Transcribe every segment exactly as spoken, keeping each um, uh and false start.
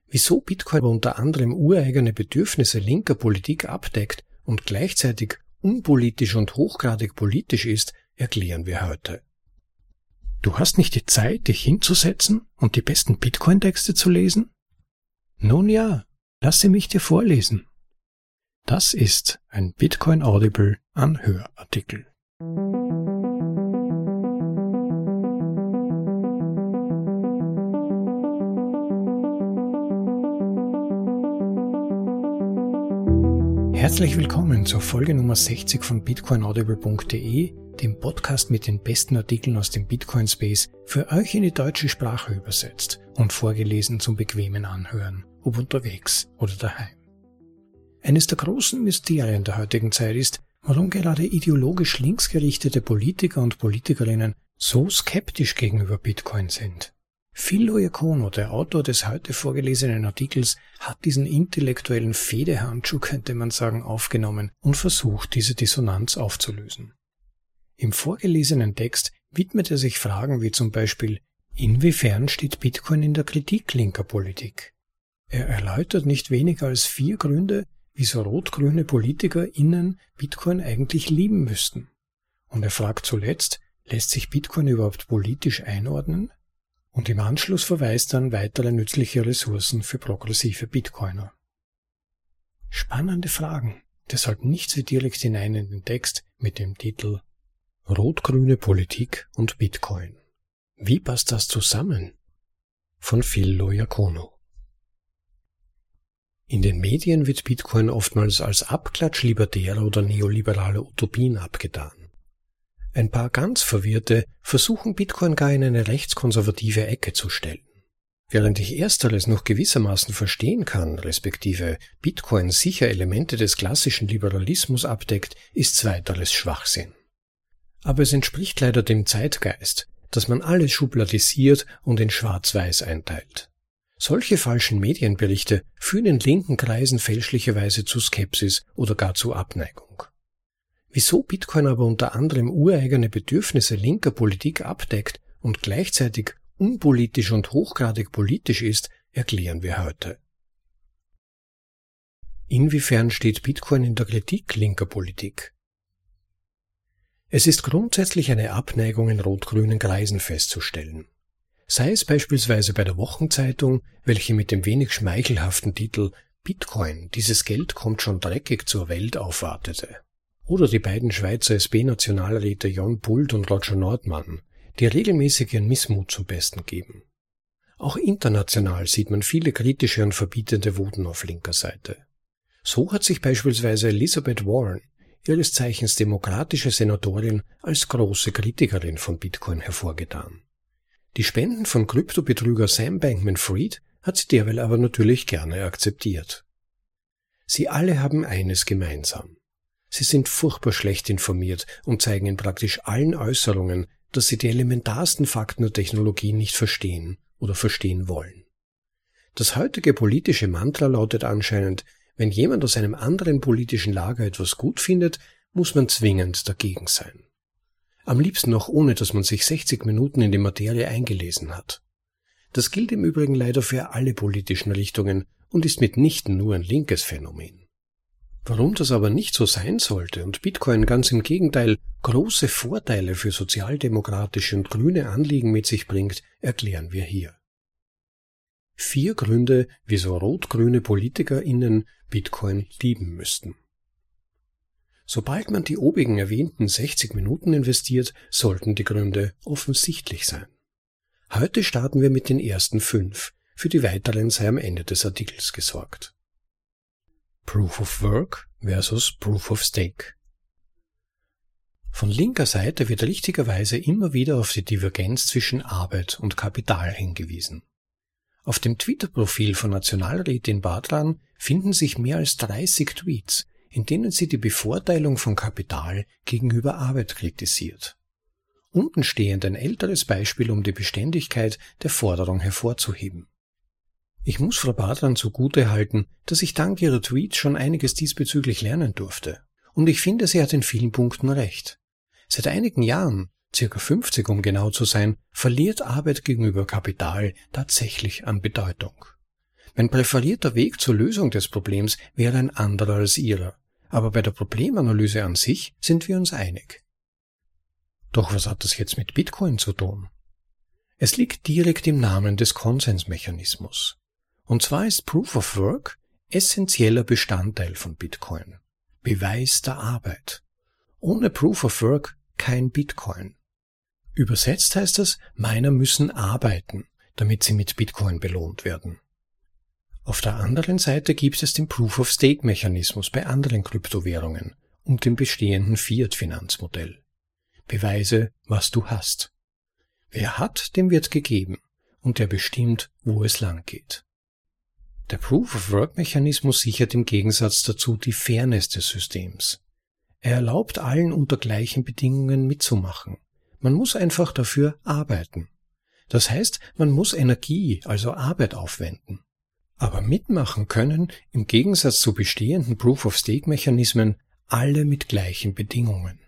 Wieso Bitcoin unter anderem ureigene Bedürfnisse linker Politik abdeckt und gleichzeitig unpolitisch und hochgradig politisch ist, erklären wir heute. Du hast nicht die Zeit, dich hinzusetzen und die besten Bitcoin-Texte zu lesen? Nun ja, lasse mich dir vorlesen. Das ist ein Bitcoin Audible Anhörartikel. Herzlich willkommen zur Folge Nummer sechzig von bitcoin audible punkt de, dem Podcast mit den besten Artikeln aus dem Bitcoin-Space, für euch in die deutsche Sprache übersetzt und vorgelesen zum bequemen Anhören, ob unterwegs oder daheim. Eines der großen Mysterien der heutigen Zeit ist, warum gerade ideologisch linksgerichtete Politiker und Politikerinnen so skeptisch gegenüber Bitcoin sind. Phil Loiacono, der Autor des heute vorgelesenen Artikels, hat diesen intellektuellen Fehdehandschuh, könnte man sagen, aufgenommen und versucht, diese Dissonanz aufzulösen. Im vorgelesenen Text widmet er sich Fragen wie zum Beispiel: Inwiefern steht Bitcoin in der Kritik linker Politik? Er erläutert nicht weniger als vier Gründe, wieso rot-grüne PolitikerInnen Bitcoin eigentlich lieben müssten. Und er fragt zuletzt, lässt sich Bitcoin überhaupt politisch einordnen? Und im Anschluss verweist er an weitere nützliche Ressourcen für progressive Bitcoiner. Spannende Fragen, deshalb nicht so direkt hinein in den Text mit dem Titel Rot-grüne Politik und Bitcoin. Wie passt das zusammen? Von Phil Loiacono. In den Medien wird Bitcoin oftmals als Abklatsch libertärer oder neoliberaler Utopien abgetan. Ein paar ganz Verwirrte versuchen Bitcoin gar in eine rechtskonservative Ecke zu stellen. Während ich ersteres noch gewissermaßen verstehen kann, respektive Bitcoin sicher Elemente des klassischen Liberalismus abdeckt, ist zweiteres Schwachsinn. Aber es entspricht leider dem Zeitgeist, dass man alles schubladisiert und in Schwarz-Weiß einteilt. Solche falschen Medienberichte führen in linken Kreisen fälschlicherweise zu Skepsis oder gar zu Abneigung. Wieso Bitcoin aber unter anderem ureigene Bedürfnisse linker Politik abdeckt und gleichzeitig unpolitisch und hochgradig politisch ist, erklären wir heute. Inwiefern steht Bitcoin in der Kritik linker Politik? Es ist grundsätzlich eine Abneigung in rot-grünen Kreisen festzustellen. Sei es beispielsweise bei der Wochenzeitung, welche mit dem wenig schmeichelhaften Titel Bitcoin, dieses Geld kommt schon dreckig zur Welt aufwartete. Oder die beiden Schweizer S P-Nationalräte Jon Pult und Roger Nordmann, die regelmäßig ihren Missmut zum Besten geben. Auch international sieht man viele kritische und verbietende Voten auf linker Seite. So hat sich beispielsweise Elizabeth Warren, ihres Zeichens demokratische Senatorin, als große Kritikerin von Bitcoin hervorgetan. Die Spenden von Kryptobetrüger Sam Bankman-Fried hat sie derweil aber natürlich gerne akzeptiert. Sie alle haben eines gemeinsam. Sie sind furchtbar schlecht informiert und zeigen in praktisch allen Äußerungen, dass sie die elementarsten Fakten der Technologie nicht verstehen oder verstehen wollen. Das heutige politische Mantra lautet anscheinend: Wenn jemand aus einem anderen politischen Lager etwas gut findet, muss man zwingend dagegen sein. Am liebsten noch ohne, dass man sich sechzig Minuten in die Materie eingelesen hat. Das gilt im Übrigen leider für alle politischen Richtungen und ist mitnichten nur ein linkes Phänomen. Warum das aber nicht so sein sollte und Bitcoin ganz im Gegenteil große Vorteile für sozialdemokratische und grüne Anliegen mit sich bringt, erklären wir hier. Vier Gründe, wieso rot-grüne PolitikerInnen Bitcoin lieben müssten. Sobald man die obigen erwähnten sechzig Minuten investiert, sollten die Gründe offensichtlich sein. Heute starten wir mit den ersten fünf, für die weiteren sei am Ende des Artikels gesorgt. Proof of Work versus Proof of Stake. Von linker Seite wird richtigerweise immer wieder auf die Divergenz zwischen Arbeit und Kapital hingewiesen. Auf dem Twitter-Profil von Nationalrätin Bartran finden sich mehr als dreißig Tweets, in denen sie die Bevorteilung von Kapital gegenüber Arbeit kritisiert. Unten stehend ein älteres Beispiel, um die Beständigkeit der Forderung hervorzuheben. Ich muss Frau Bartran zugute halten, dass ich dank ihrer Tweets schon einiges diesbezüglich lernen durfte. Und ich finde, sie hat in vielen Punkten recht. Seit einigen Jahren, circa fünfzig um genau zu sein, verliert Arbeit gegenüber Kapital tatsächlich an Bedeutung. Mein präferierter Weg zur Lösung des Problems wäre ein anderer als Ihrer, aber bei der Problemanalyse an sich sind wir uns einig. Doch was hat das jetzt mit Bitcoin zu tun? Es liegt direkt im Namen des Konsensmechanismus. Und zwar ist Proof of Work essentieller Bestandteil von Bitcoin. Beweis der Arbeit. Ohne Proof of Work kein Bitcoin. Übersetzt heißt das, Miner müssen arbeiten, damit sie mit Bitcoin belohnt werden. Auf der anderen Seite gibt es den Proof-of-Stake-Mechanismus bei anderen Kryptowährungen und dem bestehenden Fiat-Finanzmodell. Beweise, was du hast. Wer hat, dem wird gegeben und der bestimmt, wo es lang geht. Der Proof-of-Work-Mechanismus sichert im Gegensatz dazu die Fairness des Systems. Er erlaubt allen unter gleichen Bedingungen mitzumachen. Man muss einfach dafür arbeiten. Das heißt, man muss Energie, also Arbeit aufwenden. Aber mitmachen können, im Gegensatz zu bestehenden Proof-of-Stake-Mechanismen, alle mit gleichen Bedingungen.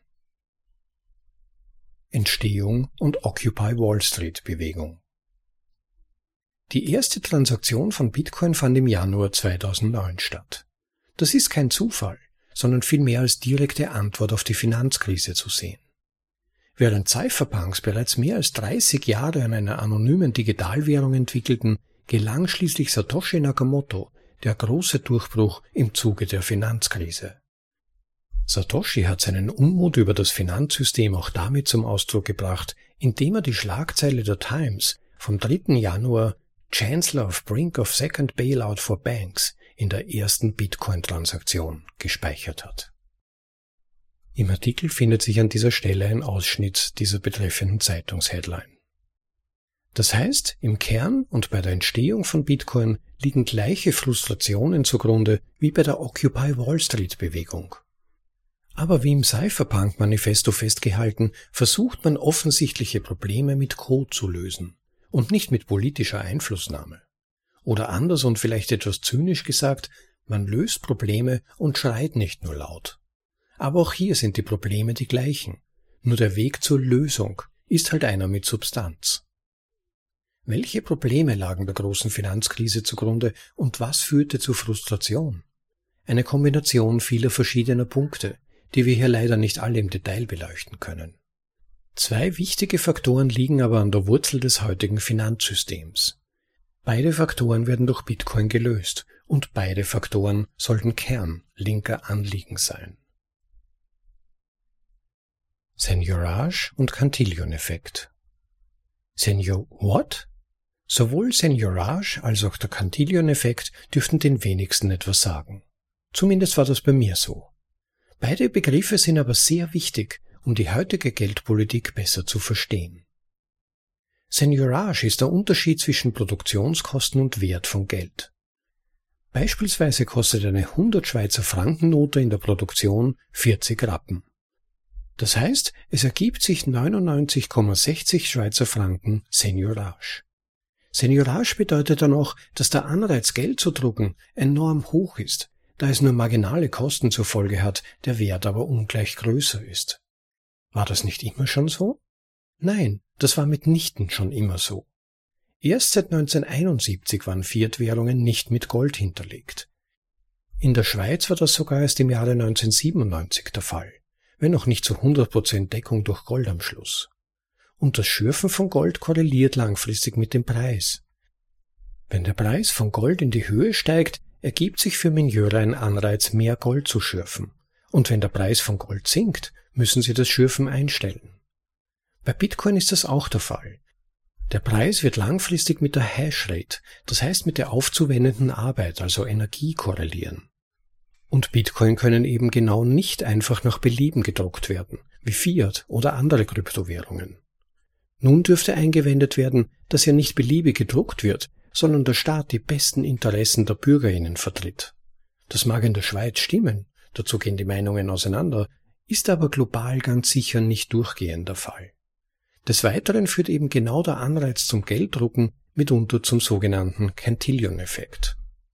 Entstehung und Occupy Wall Street-Bewegung. Die erste Transaktion von Bitcoin fand im Januar zweitausendneun statt. Das ist kein Zufall, sondern vielmehr als direkte Antwort auf die Finanzkrise zu sehen. Während Cypherpunks bereits mehr als dreißig Jahre an einer anonymen Digitalwährung entwickelten, gelang schließlich Satoshi Nakamoto der große Durchbruch im Zuge der Finanzkrise. Satoshi hat seinen Unmut über das Finanzsystem auch damit zum Ausdruck gebracht, indem er die Schlagzeile der Times vom dritten Januar Chancellor of Brink of Second Bailout for Banks in der ersten Bitcoin-Transaktion gespeichert hat. Im Artikel findet sich an dieser Stelle ein Ausschnitt dieser betreffenden Zeitungsheadline. Das heißt, im Kern und bei der Entstehung von Bitcoin liegen gleiche Frustrationen zugrunde wie bei der Occupy Wall Street Bewegung. Aber wie im Cypherpunk-Manifesto festgehalten, versucht man offensichtliche Probleme mit Code zu lösen und nicht mit politischer Einflussnahme. Oder anders und vielleicht etwas zynisch gesagt, man löst Probleme und schreit nicht nur laut. Aber auch hier sind die Probleme die gleichen, nur der Weg zur Lösung ist halt einer mit Substanz. Welche Probleme lagen der großen Finanzkrise zugrunde und was führte zu Frustration? Eine Kombination vieler verschiedener Punkte, die wir hier leider nicht alle im Detail beleuchten können. Zwei wichtige Faktoren liegen aber an der Wurzel des heutigen Finanzsystems. Beide Faktoren werden durch Bitcoin gelöst und beide Faktoren sollten Kern linker Anliegen sein. Seigniorage und Cantillon-Effekt. Senior what? Sowohl Seigniorage als auch der Cantillon-Effekt dürften den wenigsten etwas sagen. Zumindest war das bei mir so. Beide Begriffe sind aber sehr wichtig, um die heutige Geldpolitik besser zu verstehen. Seigniorage ist der Unterschied zwischen Produktionskosten und Wert von Geld. Beispielsweise kostet eine hundert Schweizer Franken Note in der Produktion vierzig Rappen. Das heißt, es ergibt sich neunundneunzig Komma sechzig Schweizer Franken Seigniorage. Seigniorage bedeutet dann auch, dass der Anreiz, Geld zu drucken, enorm hoch ist, da es nur marginale Kosten zur Folge hat, der Wert aber ungleich größer ist. War das nicht immer schon so? Nein, das war mitnichten schon immer so. Erst seit neunzehnhunderteinundsiebzig waren Fiat-Währungen nicht mit Gold hinterlegt. In der Schweiz war das sogar erst im Jahre neunzehnhundertsiebenundneunzig der Fall, wenn auch nicht zu hundert Prozent Deckung durch Gold am Schluss. Und das Schürfen von Gold korreliert langfristig mit dem Preis. Wenn der Preis von Gold in die Höhe steigt, ergibt sich für Mineure ein Anreiz, mehr Gold zu schürfen. Und wenn der Preis von Gold sinkt, müssen sie das Schürfen einstellen. Bei Bitcoin ist das auch der Fall. Der Preis wird langfristig mit der Hashrate, das heißt mit der aufzuwendenden Arbeit, also Energie, korrelieren. Und Bitcoin können eben genau nicht einfach nach Belieben gedruckt werden, wie Fiat oder andere Kryptowährungen. Nun dürfte eingewendet werden, dass ja nicht beliebig gedruckt wird, sondern der Staat die besten Interessen der BürgerInnen vertritt. Das mag in der Schweiz stimmen, dazu gehen die Meinungen auseinander, ist aber global ganz sicher nicht durchgehend der Fall. Des Weiteren führt eben genau der Anreiz zum Gelddrucken mitunter zum sogenannten Cantillon-Effekt.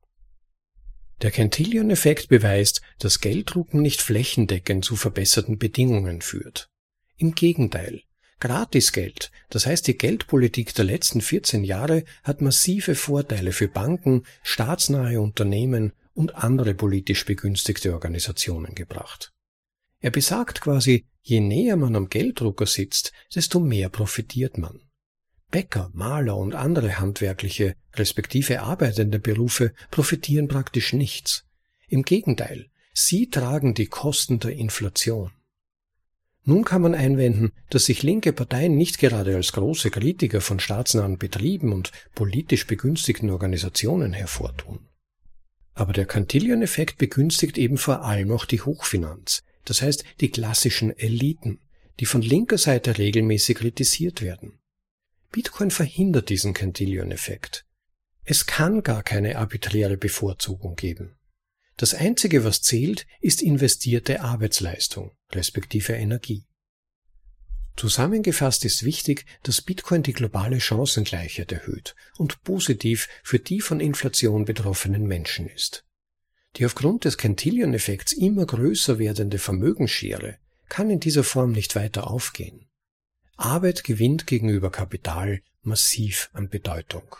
Der Cantillon-Effekt beweist, dass Gelddrucken nicht flächendeckend zu verbesserten Bedingungen führt. Im Gegenteil, Gratisgeld, das heißt die Geldpolitik der letzten vierzehn Jahre, hat massive Vorteile für Banken, staatsnahe Unternehmen und andere politisch begünstigte Organisationen gebracht. Er besagt quasi, je näher man am Gelddrucker sitzt, desto mehr profitiert man. Bäcker, Maler und andere handwerkliche, respektive arbeitende Berufe profitieren praktisch nichts. Im Gegenteil, sie tragen die Kosten der Inflation. Nun kann man einwenden, dass sich linke Parteien nicht gerade als große Kritiker von staatsnahen Betrieben und politisch begünstigten Organisationen hervortun. Aber der Cantillon-Effekt begünstigt eben vor allem auch die Hochfinanz, das heißt die klassischen Eliten, die von linker Seite regelmäßig kritisiert werden. Bitcoin verhindert diesen Cantillon-Effekt. Es kann gar keine arbiträre Bevorzugung geben. Das Einzige, was zählt, ist investierte Arbeitsleistung, respektive Energie. Zusammengefasst ist wichtig, dass Bitcoin die globale Chancengleichheit erhöht und positiv für die von Inflation betroffenen Menschen ist. Die aufgrund des Cantillon-Effekts immer größer werdende Vermögensschere kann in dieser Form nicht weiter aufgehen. Arbeit gewinnt gegenüber Kapital massiv an Bedeutung.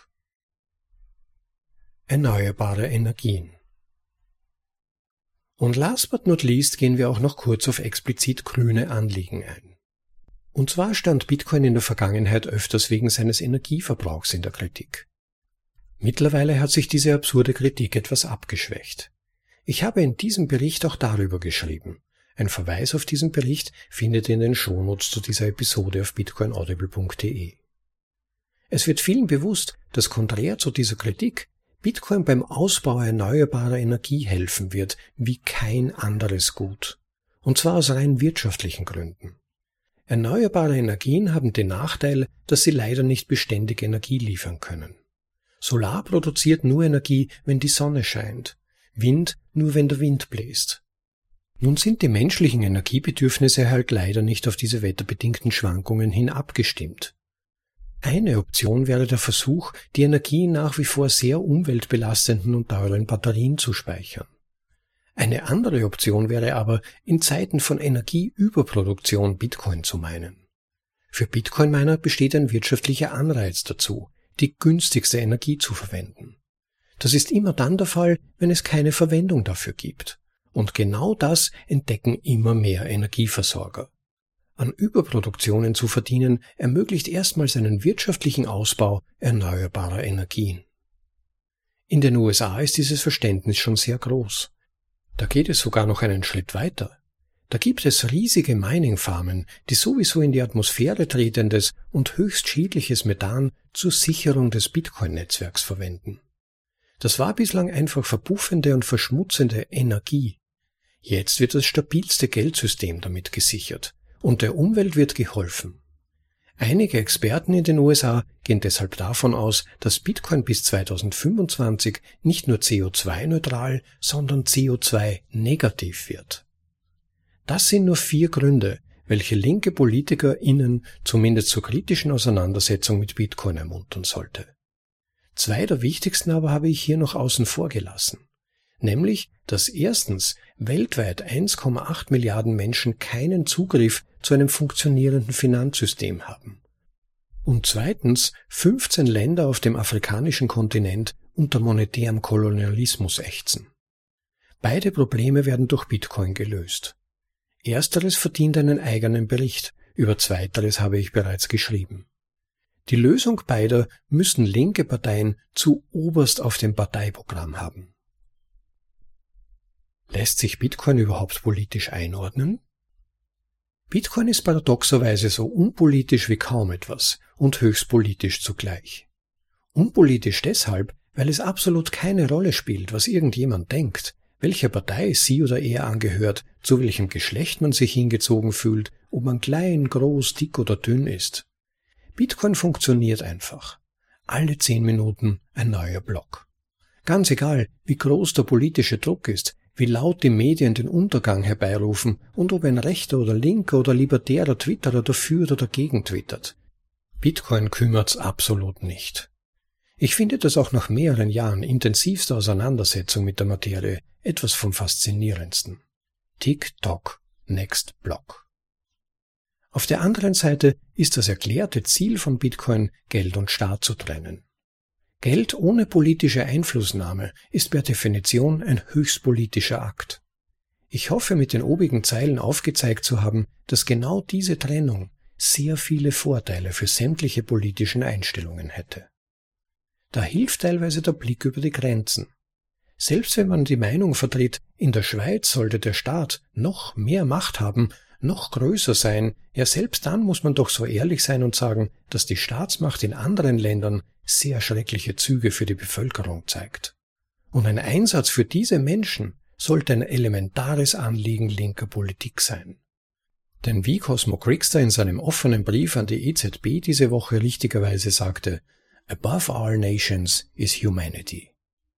Erneuerbare Energien. Und last but not least gehen wir auch noch kurz auf explizit grüne Anliegen ein. Und zwar stand Bitcoin in der Vergangenheit öfters wegen seines Energieverbrauchs in der Kritik. Mittlerweile hat sich diese absurde Kritik etwas abgeschwächt. Ich habe in diesem Bericht auch darüber geschrieben. Ein Verweis auf diesen Bericht findet ihr in den Shownotes zu dieser Episode auf bitcoin audible punkt de. Es wird vielen bewusst, dass konträr zu dieser Kritik Bitcoin beim Ausbau erneuerbarer Energie helfen wird, wie kein anderes Gut. Und zwar aus rein wirtschaftlichen Gründen. Erneuerbare Energien haben den Nachteil, dass sie leider nicht beständig Energie liefern können. Solar produziert nur Energie, wenn die Sonne scheint, Wind nur, wenn der Wind bläst. Nun sind die menschlichen Energiebedürfnisse halt leider nicht auf diese wetterbedingten Schwankungen hin abgestimmt. Eine Option wäre der Versuch, die Energie in nach wie vor sehr umweltbelastenden und teuren Batterien zu speichern. Eine andere Option wäre aber, in Zeiten von Energieüberproduktion Bitcoin zu meinen. Für Bitcoin-Miner besteht ein wirtschaftlicher Anreiz dazu, die günstigste Energie zu verwenden. Das ist immer dann der Fall, wenn es keine Verwendung dafür gibt. Und genau das entdecken immer mehr Energieversorger. An Überproduktionen zu verdienen, ermöglicht erstmals einen wirtschaftlichen Ausbau erneuerbarer Energien. In den U S A ist dieses Verständnis schon sehr groß. Da geht es sogar noch einen Schritt weiter. Da gibt es riesige Mining-Farmen, die sowieso in die Atmosphäre tretendes und höchst schädliches Methan zur Sicherung des Bitcoin-Netzwerks verwenden. Das war bislang einfach verpuffende und verschmutzende Energie. Jetzt wird das stabilste Geldsystem damit gesichert. Und der Umwelt wird geholfen. Einige Experten in den U S A gehen deshalb davon aus, dass Bitcoin bis zweitausendfünfundzwanzig nicht nur C O zwei neutral, sondern C O zwei negativ wird. Das sind nur vier Gründe, welche linke PolitikerInnen zumindest zur kritischen Auseinandersetzung mit Bitcoin ermuntern sollte. Zwei der wichtigsten aber habe ich hier noch außen vor gelassen. Nämlich, dass erstens weltweit eins Komma acht Milliarden Menschen keinen Zugriff zu einem funktionierenden Finanzsystem haben. Und zweitens fünfzehn Länder auf dem afrikanischen Kontinent unter monetärem Kolonialismus ächzen. Beide Probleme werden durch Bitcoin gelöst. Ersteres verdient einen eigenen Bericht, über zweiteres habe ich bereits geschrieben. Die Lösung beider müssen linke Parteien zu oberst auf dem Parteiprogramm haben. Lässt sich Bitcoin überhaupt politisch einordnen? Bitcoin ist paradoxerweise so unpolitisch wie kaum etwas und höchst politisch zugleich. Unpolitisch deshalb, weil es absolut keine Rolle spielt, was irgendjemand denkt, welcher Partei sie oder er angehört, zu welchem Geschlecht man sich hingezogen fühlt, ob man klein, groß, dick oder dünn ist. Bitcoin funktioniert einfach. Alle zehn Minuten ein neuer Block. Ganz egal, wie groß der politische Druck ist, wie laut die Medien den Untergang herbeirufen und ob ein rechter oder linker oder libertärer Twitterer dafür oder dagegen twittert. Bitcoin kümmert's absolut nicht. Ich finde das auch nach mehreren Jahren intensivster Auseinandersetzung mit der Materie etwas vom Faszinierendsten. Tick-Tock, Next Block. Auf der anderen Seite ist das erklärte Ziel von Bitcoin, Geld und Staat zu trennen. Geld ohne politische Einflussnahme ist per Definition ein höchst politischer Akt. Ich hoffe, mit den obigen Zeilen aufgezeigt zu haben, dass genau diese Trennung sehr viele Vorteile für sämtliche politischen Einstellungen hätte. Da hilft teilweise der Blick über die Grenzen. Selbst wenn man die Meinung vertritt, in der Schweiz sollte der Staat noch mehr Macht haben, noch größer sein, ja selbst dann muss man doch so ehrlich sein und sagen, dass die Staatsmacht in anderen Ländern sehr schreckliche Züge für die Bevölkerung zeigt. Und ein Einsatz für diese Menschen sollte ein elementares Anliegen linker Politik sein. Denn wie Cosmo Crickster in seinem offenen Brief an die E Z B diese Woche richtigerweise sagte, "Above all nations is humanity."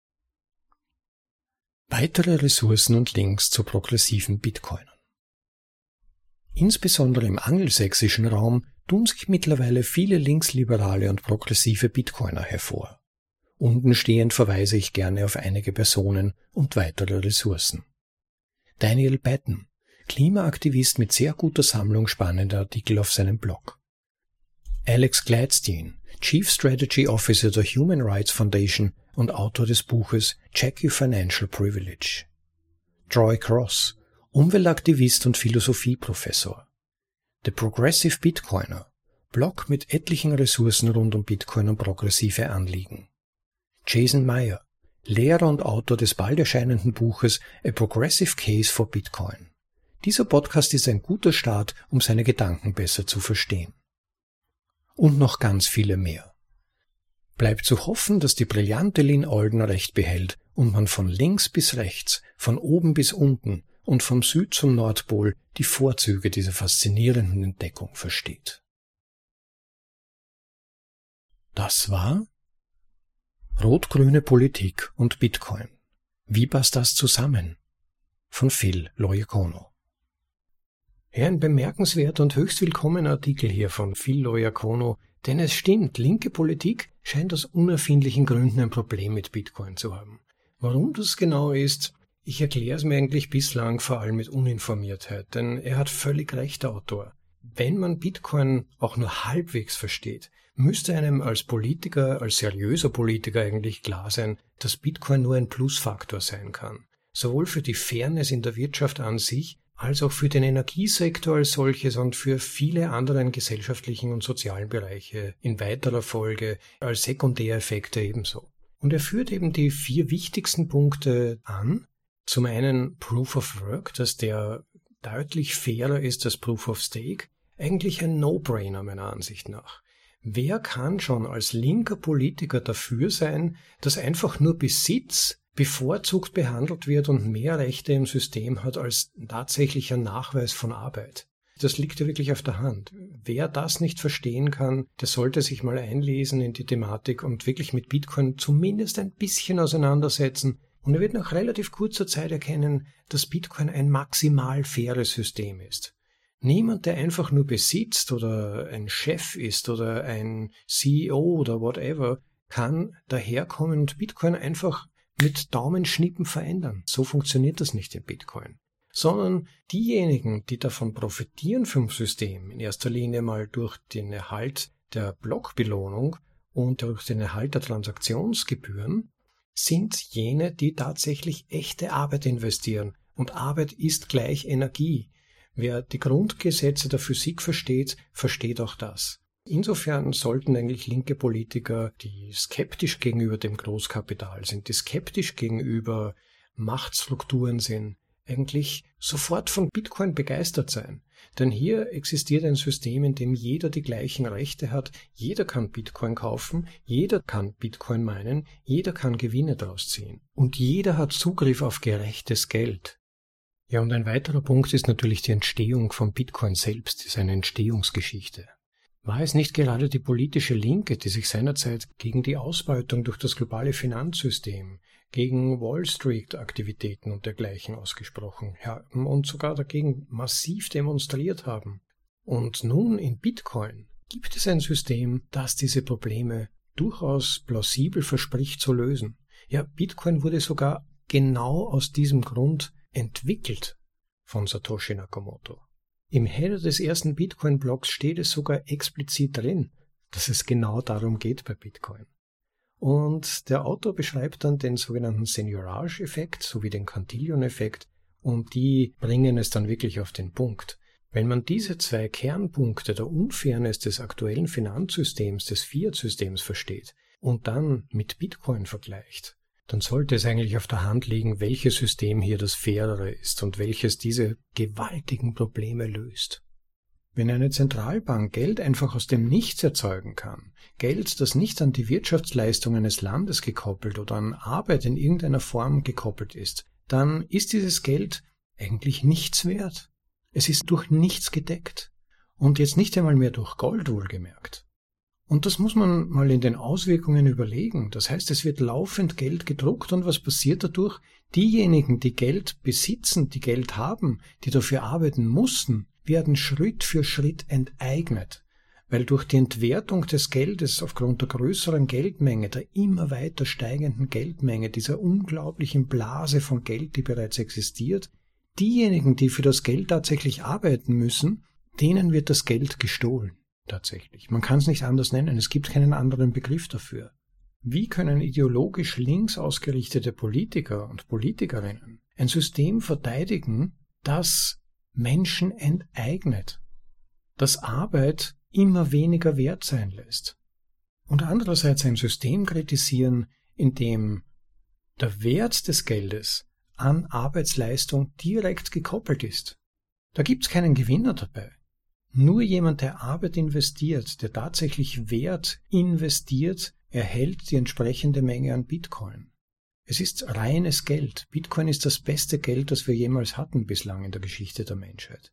Weitere Ressourcen und Links zu progressiven Bitcoinern. Insbesondere im angelsächsischen Raum tun sich mittlerweile viele linksliberale und progressive Bitcoiner hervor. Unten stehend verweise ich gerne auf einige Personen und weitere Ressourcen. Daniel Batten, Klimaaktivist mit sehr guter Sammlung spannender Artikel auf seinem Blog. Alex Gladstein, Chief Strategy Officer der Human Rights Foundation und Autor des Buches Check Your Financial Privilege. Troy Cross, Umweltaktivist und Philosophieprofessor. The Progressive Bitcoiner, Blog mit etlichen Ressourcen rund um Bitcoin und progressive Anliegen. Jason Meyer, Lehrer und Autor des bald erscheinenden Buches A Progressive Case for Bitcoin. Dieser Podcast ist ein guter Start, um seine Gedanken besser zu verstehen. Und noch ganz viele mehr. Bleibt zu hoffen, dass die brillante Lynn Alden recht behält und man von links bis rechts, von oben bis unten und vom Süd zum Nordpol die Vorzüge dieser faszinierenden Entdeckung versteht. Das war Rot-grüne Politik und Bitcoin. Wie passt das zusammen? Von Phil Loiacono. Ja, ein bemerkenswerter und höchst willkommener Artikel hier von Phil Loiacono, denn es stimmt, linke Politik scheint aus unerfindlichen Gründen ein Problem mit Bitcoin zu haben. Warum das genau ist, ich erkläre es mir eigentlich bislang vor allem mit Uninformiertheit, denn er hat völlig recht, der Autor. Wenn man Bitcoin auch nur halbwegs versteht, müsste einem als Politiker, als seriöser Politiker eigentlich klar sein, dass Bitcoin nur ein Plusfaktor sein kann. Sowohl für die Fairness in der Wirtschaft an sich, als auch für den Energiesektor als solches und für viele anderen gesellschaftlichen und sozialen Bereiche in weiterer Folge als Sekundäreffekte ebenso. Und er führt eben die vier wichtigsten Punkte an. Zum einen Proof of Work, dass der deutlich fairer ist als Proof of Stake. Eigentlich ein No-Brainer meiner Ansicht nach. Wer kann schon als linker Politiker dafür sein, dass einfach nur Besitz bevorzugt behandelt wird und mehr Rechte im System hat als tatsächlicher Nachweis von Arbeit? Das liegt ja wirklich auf der Hand. Wer das nicht verstehen kann, der sollte sich mal einlesen in die Thematik und wirklich mit Bitcoin zumindest ein bisschen auseinandersetzen. Und er wird nach relativ kurzer Zeit erkennen, dass Bitcoin ein maximal faires System ist. Niemand, der einfach nur besitzt oder ein Chef ist oder ein C E O oder whatever, kann daherkommen und Bitcoin einfach mit Daumenschnippen verändern. So funktioniert das nicht in Bitcoin. Sondern diejenigen, die davon profitieren vom System, in erster Linie mal durch den Erhalt der Blockbelohnung und durch den Erhalt der Transaktionsgebühren, sind jene, die tatsächlich echte Arbeit investieren. Und Arbeit ist gleich Energie. Wer die Grundgesetze der Physik versteht, versteht auch das. Insofern sollten eigentlich linke Politiker, die skeptisch gegenüber dem Großkapital sind, die skeptisch gegenüber Machtstrukturen sind, eigentlich sofort von Bitcoin begeistert sein. Denn hier existiert ein System, in dem jeder die gleichen Rechte hat, jeder kann Bitcoin kaufen, jeder kann Bitcoin meinen, jeder kann Gewinne daraus ziehen. Und jeder hat Zugriff auf gerechtes Geld. Ja, und ein weiterer Punkt ist natürlich die Entstehung von Bitcoin selbst, ist eine Entstehungsgeschichte. War es nicht gerade die politische Linke, die sich seinerzeit gegen die Ausbeutung durch das globale Finanzsystem, gegen Wall Street-Aktivitäten und dergleichen ausgesprochen haben und sogar dagegen massiv demonstriert haben? Und nun in Bitcoin gibt es ein System, das diese Probleme durchaus plausibel verspricht zu lösen. Ja, Bitcoin wurde sogar genau aus diesem Grund entwickelt von Satoshi Nakamoto. Im Header des ersten Bitcoin-Blogs steht es sogar explizit drin, dass es genau darum geht bei Bitcoin. Und der Autor beschreibt dann den sogenannten Seigniorage-Effekt sowie den Cantillon-Effekt und die bringen es dann wirklich auf den Punkt. Wenn man diese zwei Kernpunkte der Unfairness des aktuellen Finanzsystems, des Fiat-Systems versteht und dann mit Bitcoin vergleicht, dann sollte es eigentlich auf der Hand liegen, welches System hier das fairere ist und welches diese gewaltigen Probleme löst. Wenn eine Zentralbank Geld einfach aus dem Nichts erzeugen kann, Geld, das nicht an die Wirtschaftsleistung eines Landes gekoppelt oder an Arbeit in irgendeiner Form gekoppelt ist, dann ist dieses Geld eigentlich nichts wert. Es ist durch nichts gedeckt. Und jetzt nicht einmal mehr durch Gold wohlgemerkt. Und das muss man mal in den Auswirkungen überlegen. Das heißt, es wird laufend Geld gedruckt und was passiert dadurch? Diejenigen, die Geld besitzen, die Geld haben, die dafür arbeiten mussten, werden Schritt für Schritt enteignet, weil durch die Entwertung des Geldes aufgrund der größeren Geldmenge, der immer weiter steigenden Geldmenge, dieser unglaublichen Blase von Geld, die bereits existiert, diejenigen, die für das Geld tatsächlich arbeiten müssen, denen wird das Geld gestohlen, tatsächlich. Man kann es nicht anders nennen, es gibt keinen anderen Begriff dafür. Wie können ideologisch links ausgerichtete Politiker und Politikerinnen ein System verteidigen, das Menschen enteignet, das Arbeit immer weniger wert sein lässt? Und andererseits ein System kritisieren, in dem der Wert des Geldes an Arbeitsleistung direkt gekoppelt ist. Da gibt es keinen Gewinner dabei. Nur jemand, der Arbeit investiert, der tatsächlich Wert investiert, erhält die entsprechende Menge an Bitcoin. Es ist reines Geld. Bitcoin ist das beste Geld, das wir jemals hatten bislang in der Geschichte der Menschheit.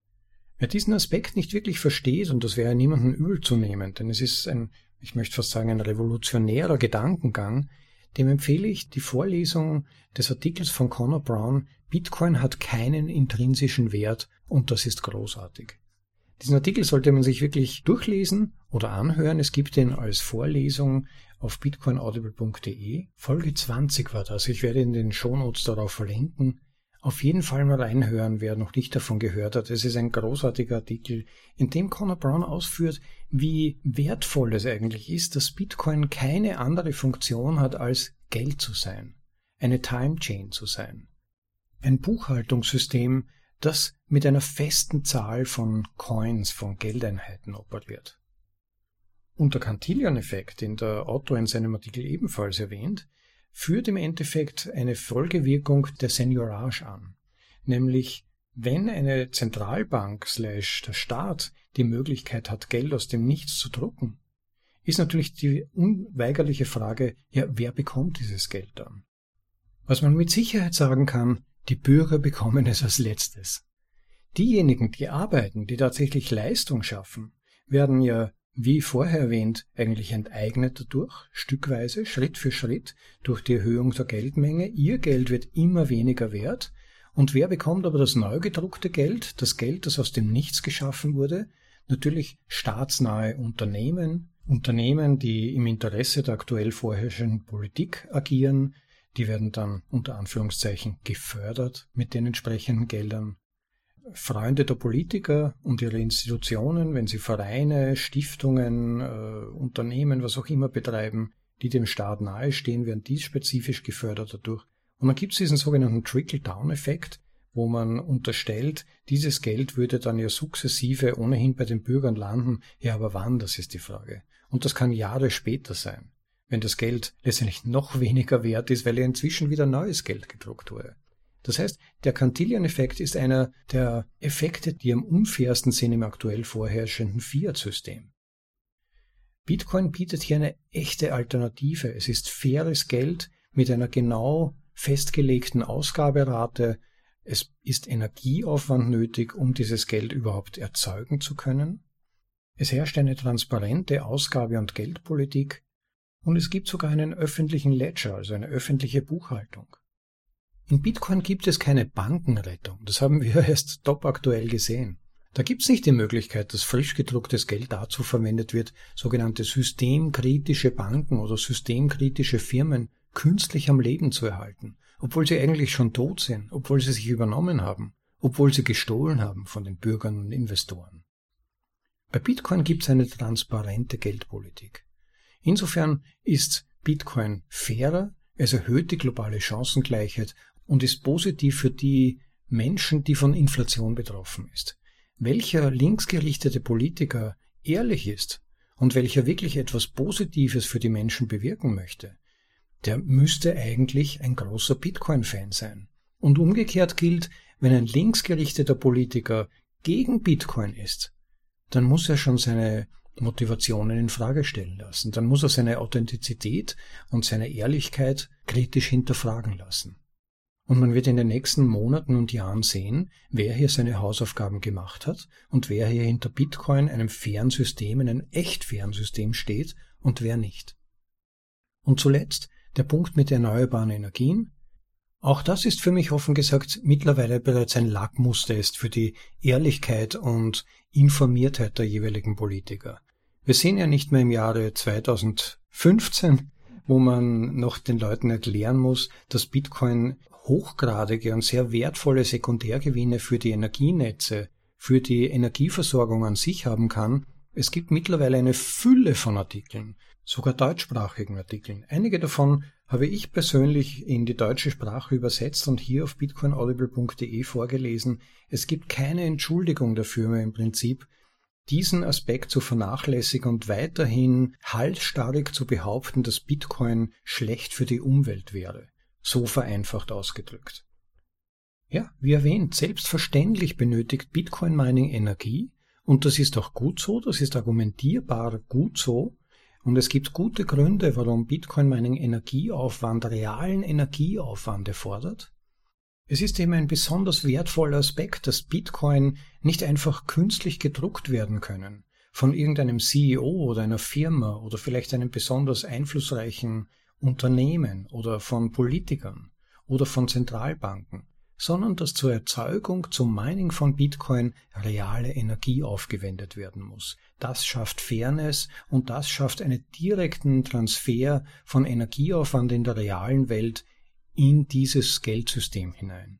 Wer diesen Aspekt nicht wirklich versteht, und das wäre niemandem übel zu nehmen, denn es ist ein, ich möchte fast sagen, ein revolutionärer Gedankengang, dem empfehle ich die Vorlesung des Artikels von Connor Brown, Bitcoin hat keinen intrinsischen Wert und das ist großartig. Diesen Artikel sollte man sich wirklich durchlesen oder anhören. Es gibt ihn als Vorlesung auf bitcoin audible punkt de. Folge zwanzig war das. Ich werde in den Shownotes darauf verlinken. Auf jeden Fall mal reinhören, wer noch nicht davon gehört hat. Es ist ein großartiger Artikel, in dem Connor Brown ausführt, wie wertvoll es eigentlich ist, dass Bitcoin keine andere Funktion hat, als Geld zu sein, eine Time Chain zu sein. Ein Buchhaltungssystem, das mit einer festen Zahl von Coins, von Geldeinheiten operiert. Und der Cantillon-Effekt, den der Autor in seinem Artikel ebenfalls erwähnt, führt im Endeffekt eine Folgewirkung der Seigniorage an. Nämlich, wenn eine Zentralbank slash der Staat die Möglichkeit hat, Geld aus dem Nichts zu drucken, ist natürlich die unweigerliche Frage, ja, wer bekommt dieses Geld dann? Was man mit Sicherheit sagen kann, die Bürger bekommen es als letztes. Diejenigen, die arbeiten, die tatsächlich Leistung schaffen, werden ja, wie vorher erwähnt, eigentlich enteignet dadurch, stückweise, Schritt für Schritt, durch die Erhöhung der Geldmenge. Ihr Geld wird immer weniger wert. Und wer bekommt aber das neu gedruckte Geld, das Geld, das aus dem Nichts geschaffen wurde? Natürlich staatsnahe Unternehmen, Unternehmen, die im Interesse der aktuell vorherrschenden Politik agieren. Die werden dann unter Anführungszeichen gefördert mit den entsprechenden Geldern. Freunde der Politiker und ihre Institutionen, wenn sie Vereine, Stiftungen, äh, Unternehmen, was auch immer betreiben, die dem Staat nahestehen, werden dies spezifisch gefördert dadurch. Und dann gibt es diesen sogenannten Trickle-Down-Effekt, wo man unterstellt, dieses Geld würde dann ja sukzessive ohnehin bei den Bürgern landen. Ja, aber wann, das ist die Frage. Und das kann Jahre später sein, wenn das Geld letztendlich noch weniger wert ist, weil ja inzwischen wieder neues Geld gedruckt wurde. Das heißt, der Cantillon-Effekt ist einer der Effekte, die am unfairsten sind im aktuell vorherrschenden Fiat-System. Bitcoin bietet hier eine echte Alternative. Es ist faires Geld mit einer genau festgelegten Ausgaberate. Es ist Energieaufwand nötig, um dieses Geld überhaupt erzeugen zu können. Es herrscht eine transparente Ausgabe- und Geldpolitik. Und es gibt sogar einen öffentlichen Ledger, also eine öffentliche Buchhaltung. In Bitcoin gibt es keine Bankenrettung. Das haben wir erst topaktuell gesehen. Da gibt es nicht die Möglichkeit, dass frisch gedrucktes Geld dazu verwendet wird, sogenannte systemkritische Banken oder systemkritische Firmen künstlich am Leben zu erhalten, obwohl sie eigentlich schon tot sind, obwohl sie sich übernommen haben, obwohl sie gestohlen haben von den Bürgern und Investoren. Bei Bitcoin gibt es eine transparente Geldpolitik. Insofern ist Bitcoin fairer, es erhöht die globale Chancengleichheit und ist positiv für die Menschen, die von Inflation betroffen ist. Welcher linksgerichtete Politiker ehrlich ist und welcher wirklich etwas Positives für die Menschen bewirken möchte, der müsste eigentlich ein großer Bitcoin-Fan sein. Und umgekehrt gilt, wenn ein linksgerichteter Politiker gegen Bitcoin ist, dann muss er schon seine Motivationen in Frage stellen lassen. Dann muss er seine Authentizität und seine Ehrlichkeit kritisch hinterfragen lassen. Und man wird in den nächsten Monaten und Jahren sehen, wer hier seine Hausaufgaben gemacht hat und wer hier hinter Bitcoin, einem fairen System, einem echt fairen System steht und wer nicht. Und zuletzt der Punkt mit erneuerbaren Energien. Auch das ist für mich offen gesagt mittlerweile bereits ein Lackmustest für die Ehrlichkeit und Informiertheit der jeweiligen Politiker. Wir sehen ja nicht mehr im Jahre zweitausendfünfzehn, wo man noch den Leuten erklären muss, dass Bitcoin hochgradige und sehr wertvolle Sekundärgewinne für die Energienetze, für die Energieversorgung an sich haben kann. Es gibt mittlerweile eine Fülle von Artikeln, sogar deutschsprachigen Artikeln. Einige davon habe ich persönlich in die deutsche Sprache übersetzt und hier auf bitcoin audible punkt de vorgelesen. Es gibt keine Entschuldigung dafür mehr im Prinzip, diesen Aspekt zu vernachlässigen und weiterhin halsstarrig zu behaupten, dass Bitcoin schlecht für die Umwelt wäre. So vereinfacht ausgedrückt. Ja, wie erwähnt, selbstverständlich benötigt Bitcoin-Mining Energie und das ist auch gut so, das ist argumentierbar gut so und es gibt gute Gründe, warum Bitcoin-Mining Energieaufwand, realen Energieaufwand erfordert. Es ist eben ein besonders wertvoller Aspekt, dass Bitcoin nicht einfach künstlich gedruckt werden können von irgendeinem C E O oder einer Firma oder vielleicht einem besonders einflussreichen Unternehmen oder von Politikern oder von Zentralbanken, sondern dass zur Erzeugung, zum Mining von Bitcoin reale Energie aufgewendet werden muss. Das schafft Fairness und das schafft einen direkten Transfer von Energieaufwand in der realen Welt in dieses Geldsystem hinein.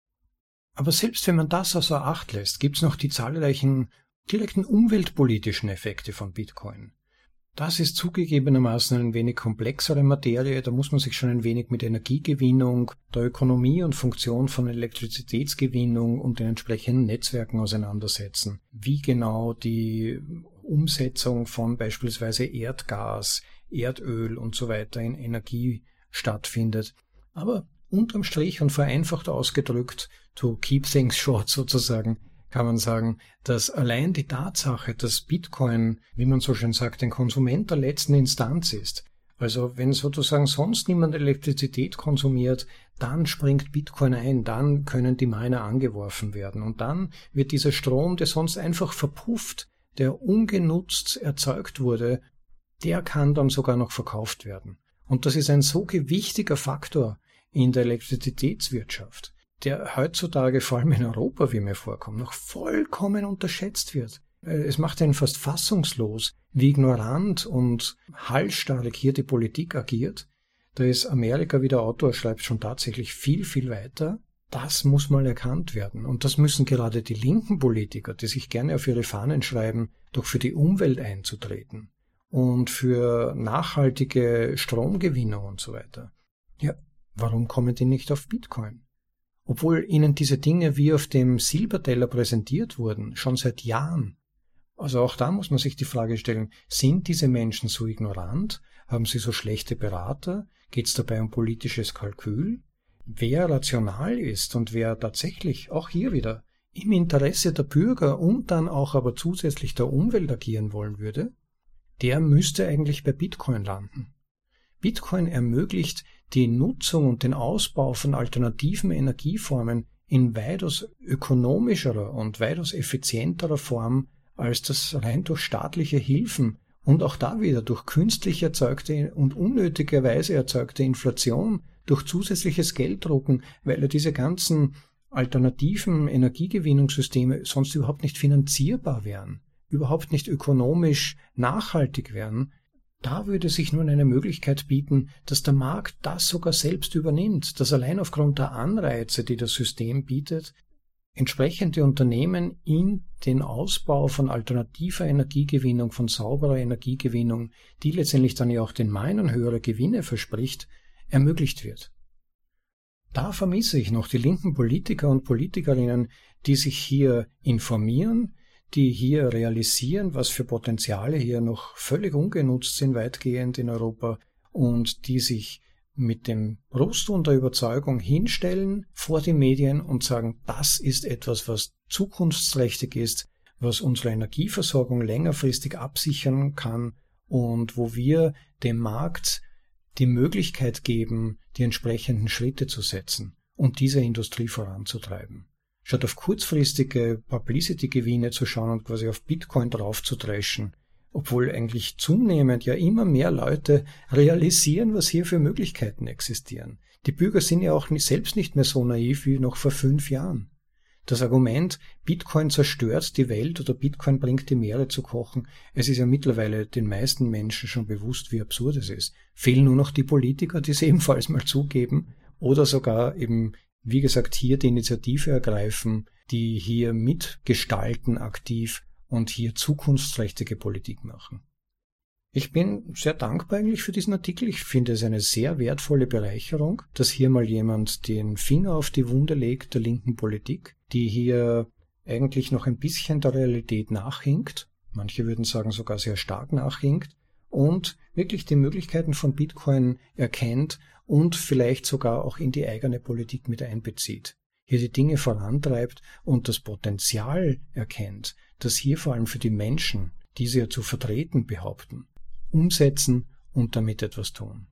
Aber selbst wenn man das außer Acht lässt, gibt es noch die zahlreichen direkten umweltpolitischen Effekte von Bitcoin. Das ist zugegebenermaßen eine wenig komplexere Materie, da muss man sich schon ein wenig mit Energiegewinnung, der Ökonomie und Funktion von Elektrizitätsgewinnung und den entsprechenden Netzwerken auseinandersetzen. Wie genau die Umsetzung von beispielsweise Erdgas, Erdöl und so weiter in Energie stattfindet. Aber unterm Strich und vereinfacht ausgedrückt, to keep things short sozusagen, kann man sagen, dass allein die Tatsache, dass Bitcoin, wie man so schön sagt, ein Konsument der letzten Instanz ist, also wenn sozusagen sonst niemand Elektrizität konsumiert, dann springt Bitcoin ein, dann können die Miner angeworfen werden und dann wird dieser Strom, der sonst einfach verpufft, der ungenutzt erzeugt wurde, der kann dann sogar noch verkauft werden. Und das ist ein so gewichtiger Faktor in der Elektrizitätswirtschaft, der heutzutage vor allem in Europa, wie mir vorkommt, noch vollkommen unterschätzt wird. Es macht einen fast fassungslos, wie ignorant und halsstarrig hier die Politik agiert. Da ist Amerika, wie der Autor schreibt, schon tatsächlich viel, viel weiter. Das muss mal erkannt werden. Und das müssen gerade die linken Politiker, die sich gerne auf ihre Fahnen schreiben, doch für die Umwelt einzutreten und für nachhaltige Stromgewinnung und so weiter. Ja, warum kommen die nicht auf Bitcoin? Obwohl ihnen diese Dinge wie auf dem Silberteller präsentiert wurden, schon seit Jahren. Also auch da muss man sich die Frage stellen, sind diese Menschen so ignorant? Haben sie so schlechte Berater? Geht es dabei um politisches Kalkül? Wer rational ist und wer tatsächlich, auch hier wieder, im Interesse der Bürger und dann auch aber zusätzlich der Umwelt agieren wollen würde, der müsste eigentlich bei Bitcoin landen. Bitcoin ermöglicht die Nutzung und den Ausbau von alternativen Energieformen in weitaus ökonomischerer und weitaus effizienterer Form, als das rein durch staatliche Hilfen und auch da wieder durch künstlich erzeugte und unnötigerweise erzeugte Inflation, durch zusätzliches Gelddrucken, weil ja diese ganzen alternativen Energiegewinnungssysteme sonst überhaupt nicht finanzierbar wären, überhaupt nicht ökonomisch nachhaltig wären. Da würde sich nun eine Möglichkeit bieten, dass der Markt das sogar selbst übernimmt, dass allein aufgrund der Anreize, die das System bietet, entsprechende Unternehmen in den Ausbau von alternativer Energiegewinnung, von sauberer Energiegewinnung, die letztendlich dann ja auch den Minern höhere Gewinne verspricht, ermöglicht wird. Da vermisse ich noch die linken Politiker und Politikerinnen, die sich hier informieren, die hier realisieren, was für Potenziale hier noch völlig ungenutzt sind, weitgehend in Europa, und die sich mit dem Brust und der Überzeugung hinstellen vor die Medien und sagen, das ist etwas, was zukunftsträchtig ist, was unsere Energieversorgung längerfristig absichern kann und wo wir dem Markt die Möglichkeit geben, die entsprechenden Schritte zu setzen und diese Industrie voranzutreiben. Statt auf kurzfristige Publicity-Gewinne zu schauen und quasi auf Bitcoin draufzudreschen, obwohl eigentlich zunehmend ja immer mehr Leute realisieren, was hier für Möglichkeiten existieren. Die Bürger sind ja auch nicht, selbst nicht mehr so naiv wie noch vor fünf Jahren. Das Argument, Bitcoin zerstört die Welt oder Bitcoin bringt die Meere zu kochen, es ist ja mittlerweile den meisten Menschen schon bewusst, wie absurd es ist. Fehlen nur noch die Politiker, die es ebenfalls mal zugeben oder sogar eben, wie gesagt, hier die Initiative ergreifen, die hier mitgestalten aktiv und hier zukunftsträchtige Politik machen. Ich bin sehr dankbar eigentlich für diesen Artikel. Ich finde es eine sehr wertvolle Bereicherung, dass hier mal jemand den Finger auf die Wunde legt der linken Politik, die hier eigentlich noch ein bisschen der Realität nachhinkt, manche würden sagen sogar sehr stark nachhinkt, und wirklich die Möglichkeiten von Bitcoin erkennt und vielleicht sogar auch in die eigene Politik mit einbezieht. Hier die Dinge vorantreibt und das Potenzial erkennt, das hier vor allem für die Menschen, die sie ja zu vertreten behaupten, umsetzen und damit etwas tun.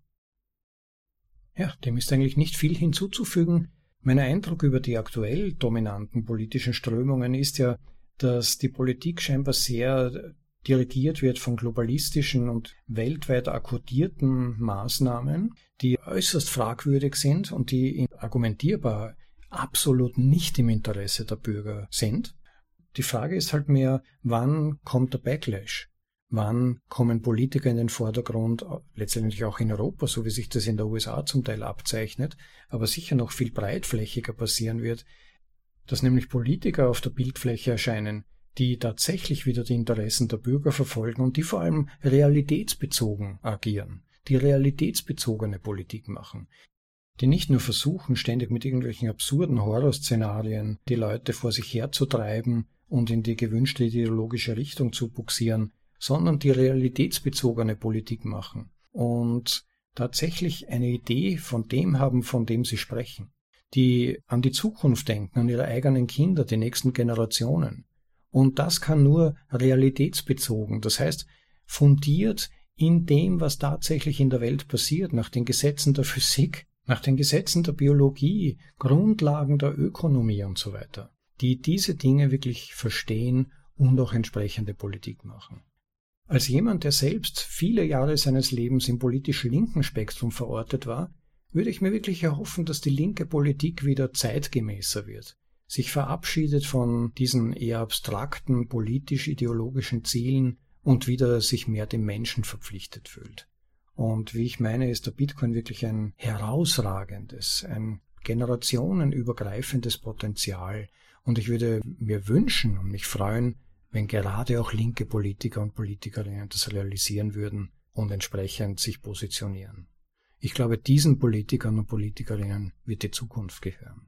Ja, dem ist eigentlich nicht viel hinzuzufügen. Mein Eindruck über die aktuell dominanten politischen Strömungen ist ja, dass die Politik scheinbar sehr dirigiert wird von globalistischen und weltweit akkordierten Maßnahmen, die äußerst fragwürdig sind und die argumentierbar absolut nicht im Interesse der Bürger sind. Die Frage ist halt mehr, wann kommt der Backlash? Wann kommen Politiker in den Vordergrund, letztendlich auch in Europa, so wie sich das in der U S A zum Teil abzeichnet, aber sicher noch viel breitflächiger passieren wird, dass nämlich Politiker auf der Bildfläche erscheinen, die tatsächlich wieder die Interessen der Bürger verfolgen und die vor allem realitätsbezogen agieren, die realitätsbezogene Politik machen, die nicht nur versuchen, ständig mit irgendwelchen absurden Horrorszenarien die Leute vor sich herzutreiben und in die gewünschte ideologische Richtung zu buxieren, sondern die realitätsbezogene Politik machen und tatsächlich eine Idee von dem haben, von dem sie sprechen, die an die Zukunft denken, an ihre eigenen Kinder, die nächsten Generationen. Und das kann nur realitätsbezogen, das heißt fundiert in dem, was tatsächlich in der Welt passiert, nach den Gesetzen der Physik, nach den Gesetzen der Biologie, Grundlagen der Ökonomie und so weiter, die diese Dinge wirklich verstehen und auch entsprechende Politik machen. Als jemand, der selbst viele Jahre seines Lebens im politisch linken Spektrum verortet war, würde ich mir wirklich erhoffen, dass die linke Politik wieder zeitgemäßer wird, sich verabschiedet von diesen eher abstrakten politisch-ideologischen Zielen und wieder sich mehr dem Menschen verpflichtet fühlt. Und wie ich meine, ist der Bitcoin wirklich ein herausragendes, ein generationenübergreifendes Potenzial. Und ich würde mir wünschen und mich freuen, wenn gerade auch linke Politiker und Politikerinnen das realisieren würden und entsprechend sich positionieren. Ich glaube, diesen Politikern und Politikerinnen wird die Zukunft gehören.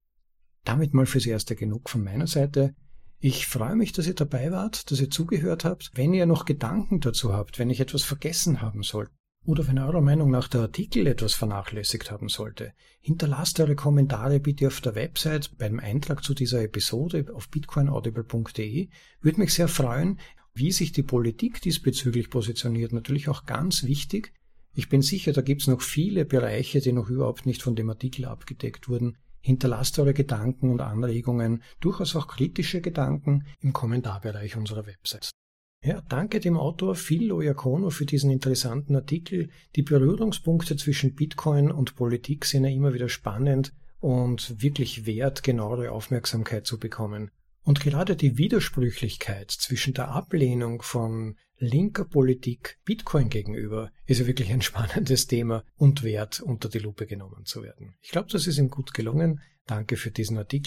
Damit mal fürs Erste genug von meiner Seite. Ich freue mich, dass ihr dabei wart, dass ihr zugehört habt. Wenn ihr noch Gedanken dazu habt, wenn ich etwas vergessen haben sollte, oder wenn eurer Meinung nach der Artikel etwas vernachlässigt haben sollte, hinterlasst eure Kommentare bitte auf der Website beim Eintrag zu dieser Episode auf bitcoin audible punkt de. Würde mich sehr freuen, wie sich die Politik diesbezüglich positioniert. Natürlich auch ganz wichtig. Ich bin sicher, da gibt es noch viele Bereiche, die noch überhaupt nicht von dem Artikel abgedeckt wurden. Hinterlasst eure Gedanken und Anregungen, durchaus auch kritische Gedanken im Kommentarbereich unserer Website. Ja, danke dem Autor Phil Lojacono für diesen interessanten Artikel. Die Berührungspunkte zwischen Bitcoin und Politik sind ja immer wieder spannend und wirklich wert, genauere Aufmerksamkeit zu bekommen. Und gerade die Widersprüchlichkeit zwischen der Ablehnung von linker Politik Bitcoin gegenüber ist ja wirklich ein spannendes Thema und wert, unter die Lupe genommen zu werden. Ich glaube, das ist ihm gut gelungen. Danke für diesen Artikel.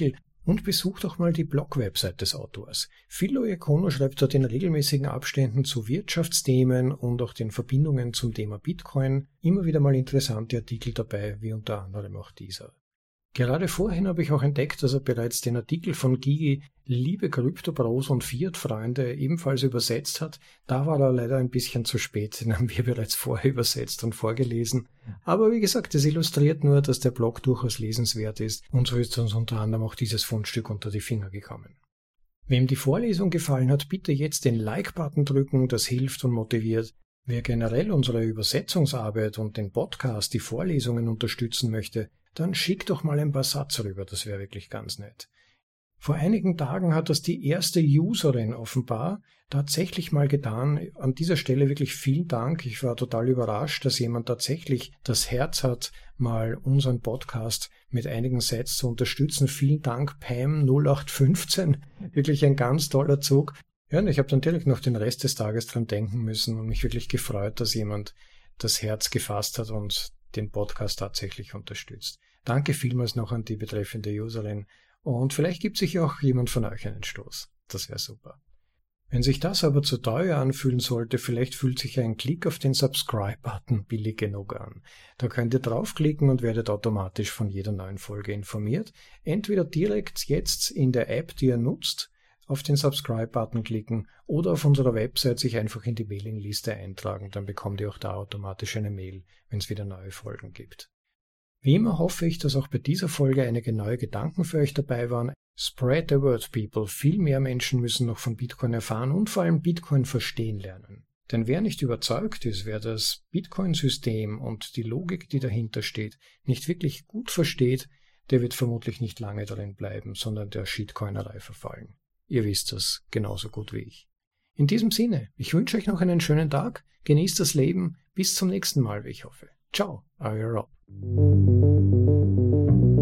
Und besucht auch mal die Blog-Website des Autors. Philo Iacono schreibt dort in regelmäßigen Abständen zu Wirtschaftsthemen und auch den Verbindungen zum Thema Bitcoin immer wieder mal interessante Artikel dabei, wie unter anderem auch dieser. Gerade vorhin habe ich auch entdeckt, dass er bereits den Artikel von Gigi Liebe Krypto-Bros und Fiat-Freunde ebenfalls übersetzt hat. Da war er leider ein bisschen zu spät, den haben wir bereits vorher übersetzt und vorgelesen. Aber wie gesagt, es illustriert nur, dass der Blog durchaus lesenswert ist und so ist uns unter anderem auch dieses Fundstück unter die Finger gekommen. Wem die Vorlesung gefallen hat, bitte jetzt den Like-Button drücken, das hilft und motiviert. Wer generell unsere Übersetzungsarbeit und den Podcast, die Vorlesungen unterstützen möchte, dann schick doch mal ein paar Satz rüber, das wäre wirklich ganz nett. Vor einigen Tagen hat das die erste Userin offenbar tatsächlich mal getan. An dieser Stelle wirklich vielen Dank. Ich war total überrascht, dass jemand tatsächlich das Herz hat, mal unseren Podcast mit einigen Sets zu unterstützen. Vielen Dank, Pam null acht fünfzehn. Wirklich ein ganz toller Zug. Ja, und ich habe dann direkt noch den Rest des Tages dran denken müssen und mich wirklich gefreut, dass jemand das Herz gefasst hat und den Podcast tatsächlich unterstützt. Danke vielmals noch an die betreffende Userin und vielleicht gibt sich auch jemand von euch einen Stoß. Das wäre super. Wenn sich das aber zu teuer anfühlen sollte, vielleicht fühlt sich ein Klick auf den Subscribe-Button billig genug an. Da könnt ihr draufklicken und werdet automatisch von jeder neuen Folge informiert. Entweder direkt jetzt in der App, die ihr nutzt, auf den Subscribe-Button klicken oder auf unserer Website sich einfach in die Mailingliste eintragen. Dann bekommt ihr auch da automatisch eine Mail, wenn es wieder neue Folgen gibt. Wie immer hoffe ich, dass auch bei dieser Folge einige neue Gedanken für euch dabei waren. Spread the word, people. Viel mehr Menschen müssen noch von Bitcoin erfahren und vor allem Bitcoin verstehen lernen. Denn wer nicht überzeugt ist, wer das Bitcoin-System und die Logik, die dahinter steht, nicht wirklich gut versteht, der wird vermutlich nicht lange darin bleiben, sondern der Shitcoinerei verfallen. Ihr wisst das genauso gut wie ich. In diesem Sinne, ich wünsche euch noch einen schönen Tag, genießt das Leben, bis zum nächsten Mal, wie ich hoffe. Ciao, euer Rob.